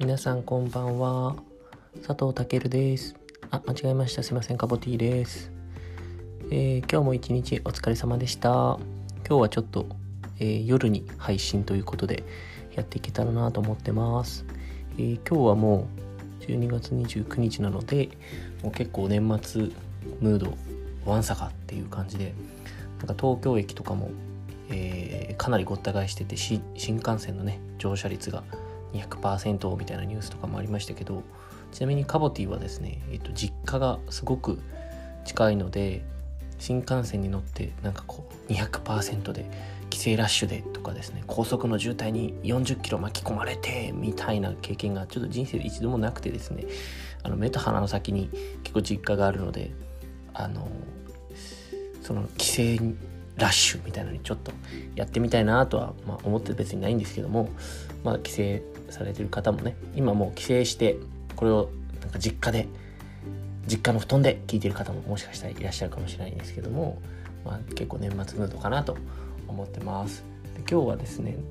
皆さんこんばんは。佐藤健です。間違えました。すいません。カボティです。今日も一日お疲れ様でした。今日はちょっと、夜に配信ということでやっていけたらなと思ってます。今日はもう12月29日なので、もう結構年末ムードわんさかっていう感じで、なんか東京駅とかも、かなりごった返してて、新幹線のね乗車率が200% みたいなニュースとかもありましたけど、ちなみにカボティはですね、実家がすごく近いので、新幹線に乗ってなんかこう 200% で帰省ラッシュでとかですね、高速の渋滞に40キロ巻き込まれてみたいな経験がちょっと人生で一度もなくてですね、目と鼻の先に結構実家があるので、その帰省ラッシュみたいなのにちょっとやってみたいなとは、思って別にないんですけども、帰省されてる方もね、今もう帰省してこれをなんか実家の布団で聞いてる方ももしかしたらいらっしゃるかもしれないんですけども、結構年末ムードかなと思ってます。で今日はですね、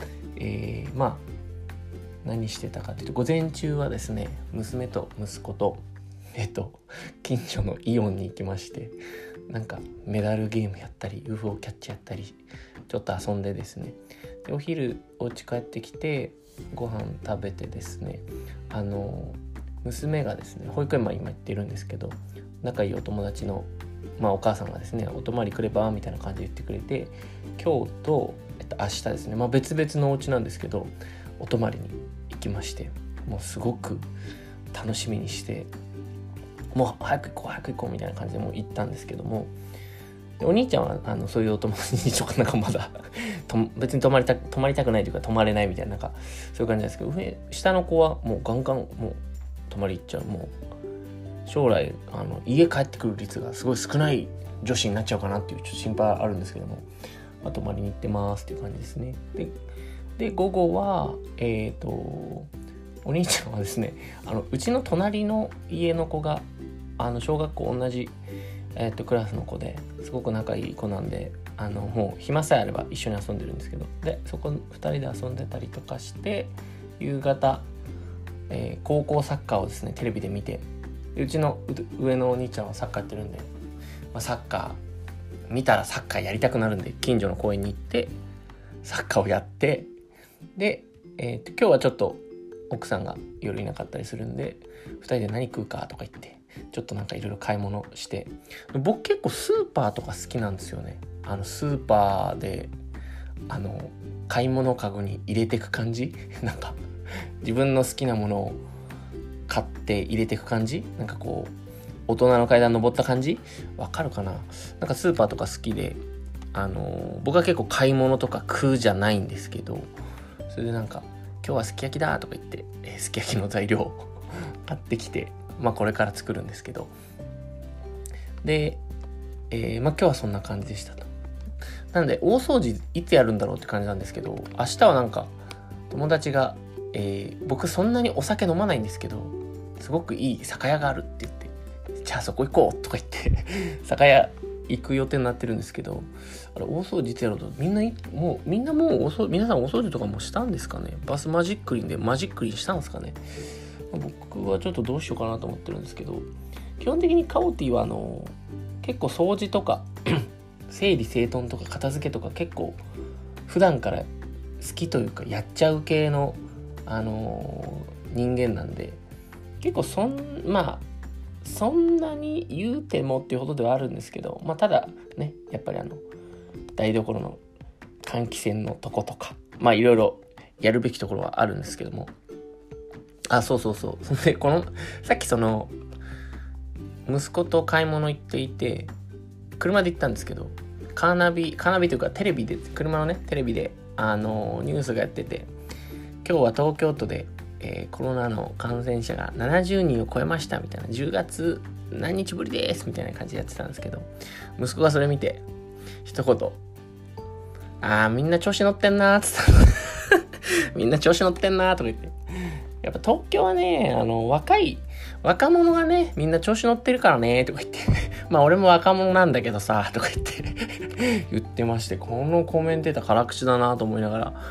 何してたかというと、午前中はですね、娘と息子と近所のイオンに行きまして、なんかメダルゲームやったり UFO キャッチやったりちょっと遊んでですね、でお昼お家帰ってきてご飯食べてですね、娘がですね保育園今行ってるんですけど、仲いいお友達の、お母さんがですね、お泊まり来ればみたいな感じで言ってくれて、今日と、明日ですね、別々のお家なんですけどお泊まりに行きまして、もうすごく楽しみにして、もう早く行こうみたいな感じでもう行ったんですけども、でお兄ちゃんはそういうお友達にちょっとなんかまだ別に泊まりたくないというか泊まれないみたいな、なんかそういう感じなんですけど、下の子はもうガンガンもう泊まり行っちゃう。もう将来家帰ってくる率がすごい少ない女子になっちゃうかなっていうちょっと心配あるんですけども、泊まりに行ってますっていう感じですね。で午後はお兄ちゃんはですね、うちの隣の家の子が小学校同じ、クラスの子ですごく仲いい子なんで、もう暇さえあれば一緒に遊んでるんですけど、でそこ2人で遊んでたりとかして、夕方、高校サッカーをですねテレビで見て、うちの上のお兄ちゃんはサッカーやってるんで、サッカー見たらサッカーやりたくなるんで、近所の公園に行ってサッカーをやって、で、今日はちょっと奥さんが夜いなかったりするんで、2人で何食うかとか言ってちょっとなんかいろいろ買い物して、僕結構スーパーとか好きなんですよね。スーパーで買い物カゴに入れていく感じなんか自分の好きなものを買って入れていく感じ、なんかこう大人の階段登った感じ、わかるかな。なんかスーパーとか好きで、僕は結構買い物とか食うじゃないんですけど、それでなんか今日はすき焼きだとか言って、すき焼きの材料を買ってきて、これから作るんですけど、で、今日はそんな感じでしたと。なので大掃除いつやるんだろうって感じなんですけど、明日はなんか友達が、僕そんなにお酒飲まないんですけど、すごくいい酒屋があるって言って、じゃあそこ行こうとか言って酒屋行く予定になってるんですけど、大掃除いつやろうと、皆さんお掃除とかもしたんですかね。バスマジックリンでマジックリンしたんですかね。僕はちょっとどうしようかなと思ってるんですけど、基本的にカオティは結構掃除とか整理整頓とか片付けとか結構普段から好きというかやっちゃう系の、人間なんで、結構そんなに言うてもっていうほどではあるんですけど、ただね、やっぱり台所の換気扇のとことか、いろいろやるべきところはあるんですけども、そうで、さっき息子と買い物行っていて、車で行ったんですけど、カーナビというかテレビで、車のねテレビでニュースがやってて、今日は東京都で、コロナの感染者が70人を超えましたみたいな、10月何日ぶりですみたいな感じでやってたんですけど、息子がそれ見て一言、みんな調子乗ってんなーっつったみんな調子乗ってんなーとか言って、やっぱ東京はね、若者がねみんな調子乗ってるからねとか言って俺も若者なんだけどさとか言って言ってまして、このコメンテーター辛口だなと思いながら、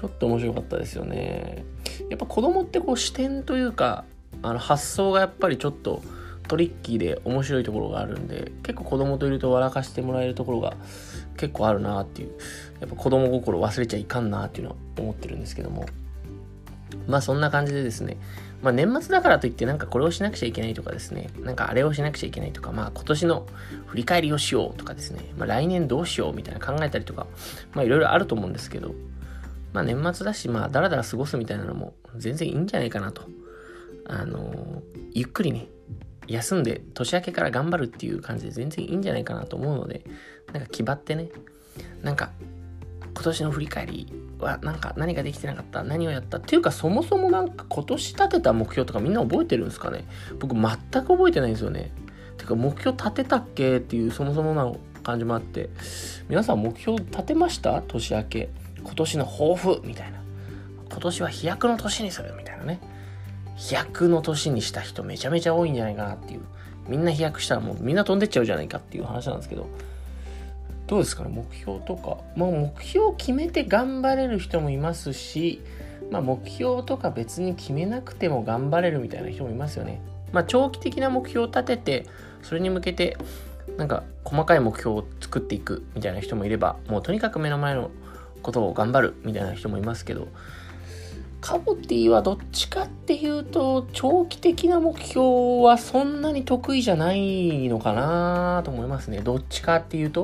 ちょっと面白かったですよね。やっぱ子供ってこう視点というか発想がやっぱりちょっとトリッキーで面白いところがあるんで、結構子供といると笑かしてもらえるところが結構あるなっていう、やっぱ子供心忘れちゃいかんなっていうのは思ってるんですけども、まあそんな感じでですね、まあ年末だからといってなんかこれをしなくちゃいけないとかですね、なんかあれをしなくちゃいけないとか、まあ今年の振り返りをしようとかですね、まあ来年どうしようみたいな考えたりとか、まあいろいろあると思うんですけど、まあ年末だし、まあだらだら過ごすみたいなのも全然いいんじゃないかなと。ゆっくりね、休んで年明けから頑張るっていう感じで全然いいんじゃないかなと思うので、なんか気張ってね、なんか今年の振り返りはなんか何ができてなかった、何をやったっていうか、そもそもなんか今年立てた目標とかみんな覚えてるんですかね。僕全く覚えてないんですよね。てか目標立てたっけっていうそもそもな感じもあって、皆さん目標立てました？年明け今年の抱負みたいな、今年は飛躍の年にするみたいなね。飛躍の年にした人めちゃめちゃ多いんじゃないかなっていう、みんな飛躍したらもうみんな飛んでっちゃうじゃないかっていう話なんですけど、どうですかね、目標とか。まあ目標を決めて頑張れる人もいますし、まあ目標とか別に決めなくても頑張れるみたいな人もいますよね。まあ長期的な目標を立てて、それに向けてなんか細かい目標を作っていくみたいな人もいれば、もうとにかく目の前のことを頑張るみたいな人もいますけど、カボティはどっちかっていうと長期的な目標はそんなに得意じゃないのかなと思いますね。どっちかというと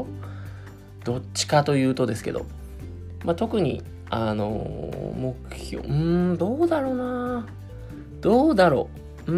ですけど、まあ、特に目標どうだろう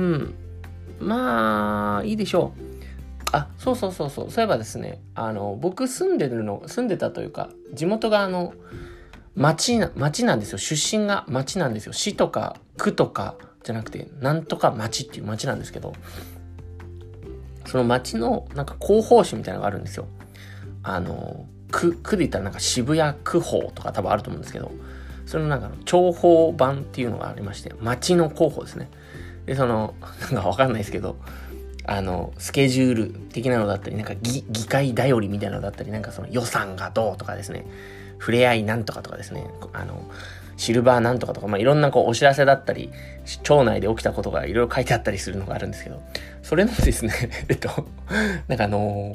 まあいいでしょう。そういえばですね、僕住んでたというか地元が町なんですよ。出身が町なんですよ。市とか区とかじゃなくて、なんとか町っていう町なんですけど、その町のなんか広報誌みたいなのがあるんですよ。区で言ったらなんか渋谷区報とか多分あると思うんですけど、それのなんか長報版っていうのがありまして、町の広報ですね。で、なんかわかんないですけど、スケジュール的なのだったり、なんか議会だよりみたいなのだったり、なんかその予算がどうとかですね、触れ合いなんとかとかですね、シルバーなんとかとか、まあ、いろんなこうお知らせだったり、町内で起きたことがいろいろ書いてあったりするのがあるんですけど、それのですね、なんか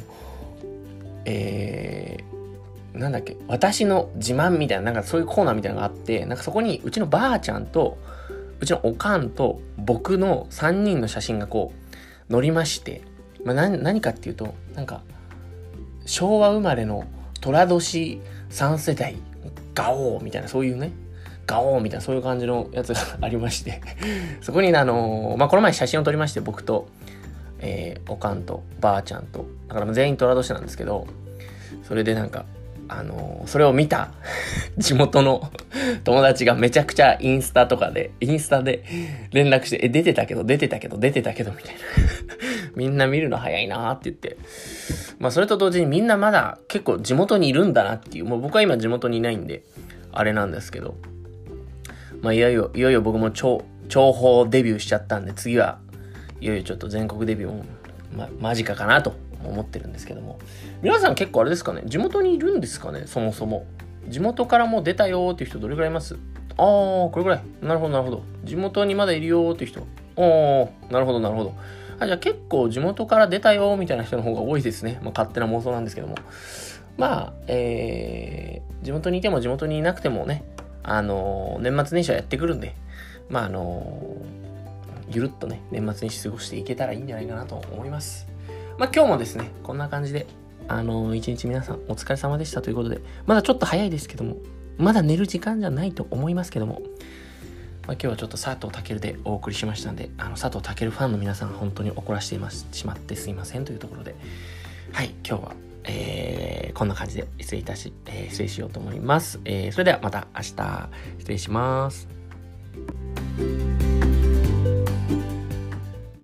なんだっけ、私の自慢みたいな、なんかそういうコーナーみたいなのがあって、なんかそこにうちのばあちゃんと、うちのおかんと僕の3人の写真がこう載りまして、まあ、何かっていうと、なんか昭和生まれの寅年3世代ガオーみたいな、そういうねガオーみたいなそういう感じのやつがありましてそこにまあこの前写真を撮りまして、僕と、おかんとばあちゃんと、だから全員寅年なんですけど、それでなんかそれを見た地元の友達がめちゃくちゃインスタで連絡して、出てたけどみたいなみんな見るの早いなーって言って、まあそれと同時にみんなまだ結構地元にいるんだなっていう、もう僕は今地元にいないんであれなんですけど、まあいよいよ僕も長報デビューしちゃったんで、次はいよいよちょっと全国デビューも、間近かなと思ってるんですけども、皆さん結構あれですかね、地元にいるんですかね。そもそも地元からもう出たよーっていう人どれくらいいます？これぐらい。なるほど。地元にまだいるよーっていう人、なるほど。じゃあ結構地元から出たよーみたいな人の方が多いですね。まあ勝手な妄想なんですけども、まあ地元にいても地元にいなくてもね、年末年始はやってくるんで、まあゆるっとね年末年始過ごしていけたらいいんじゃないかなと思います。まあ今日もですねこんな感じで一日皆さんお疲れ様でしたということで、まだちょっと早いですけども、まだ寝る時間じゃないと思いますけども、まあ、今日はちょっと佐藤健でお送りしましたんで、佐藤健ファンの皆さん本当に怒らせてしまってすいませんというところで、はい今日は、こんな感じで失礼しようと思います。それではまた明日失礼します。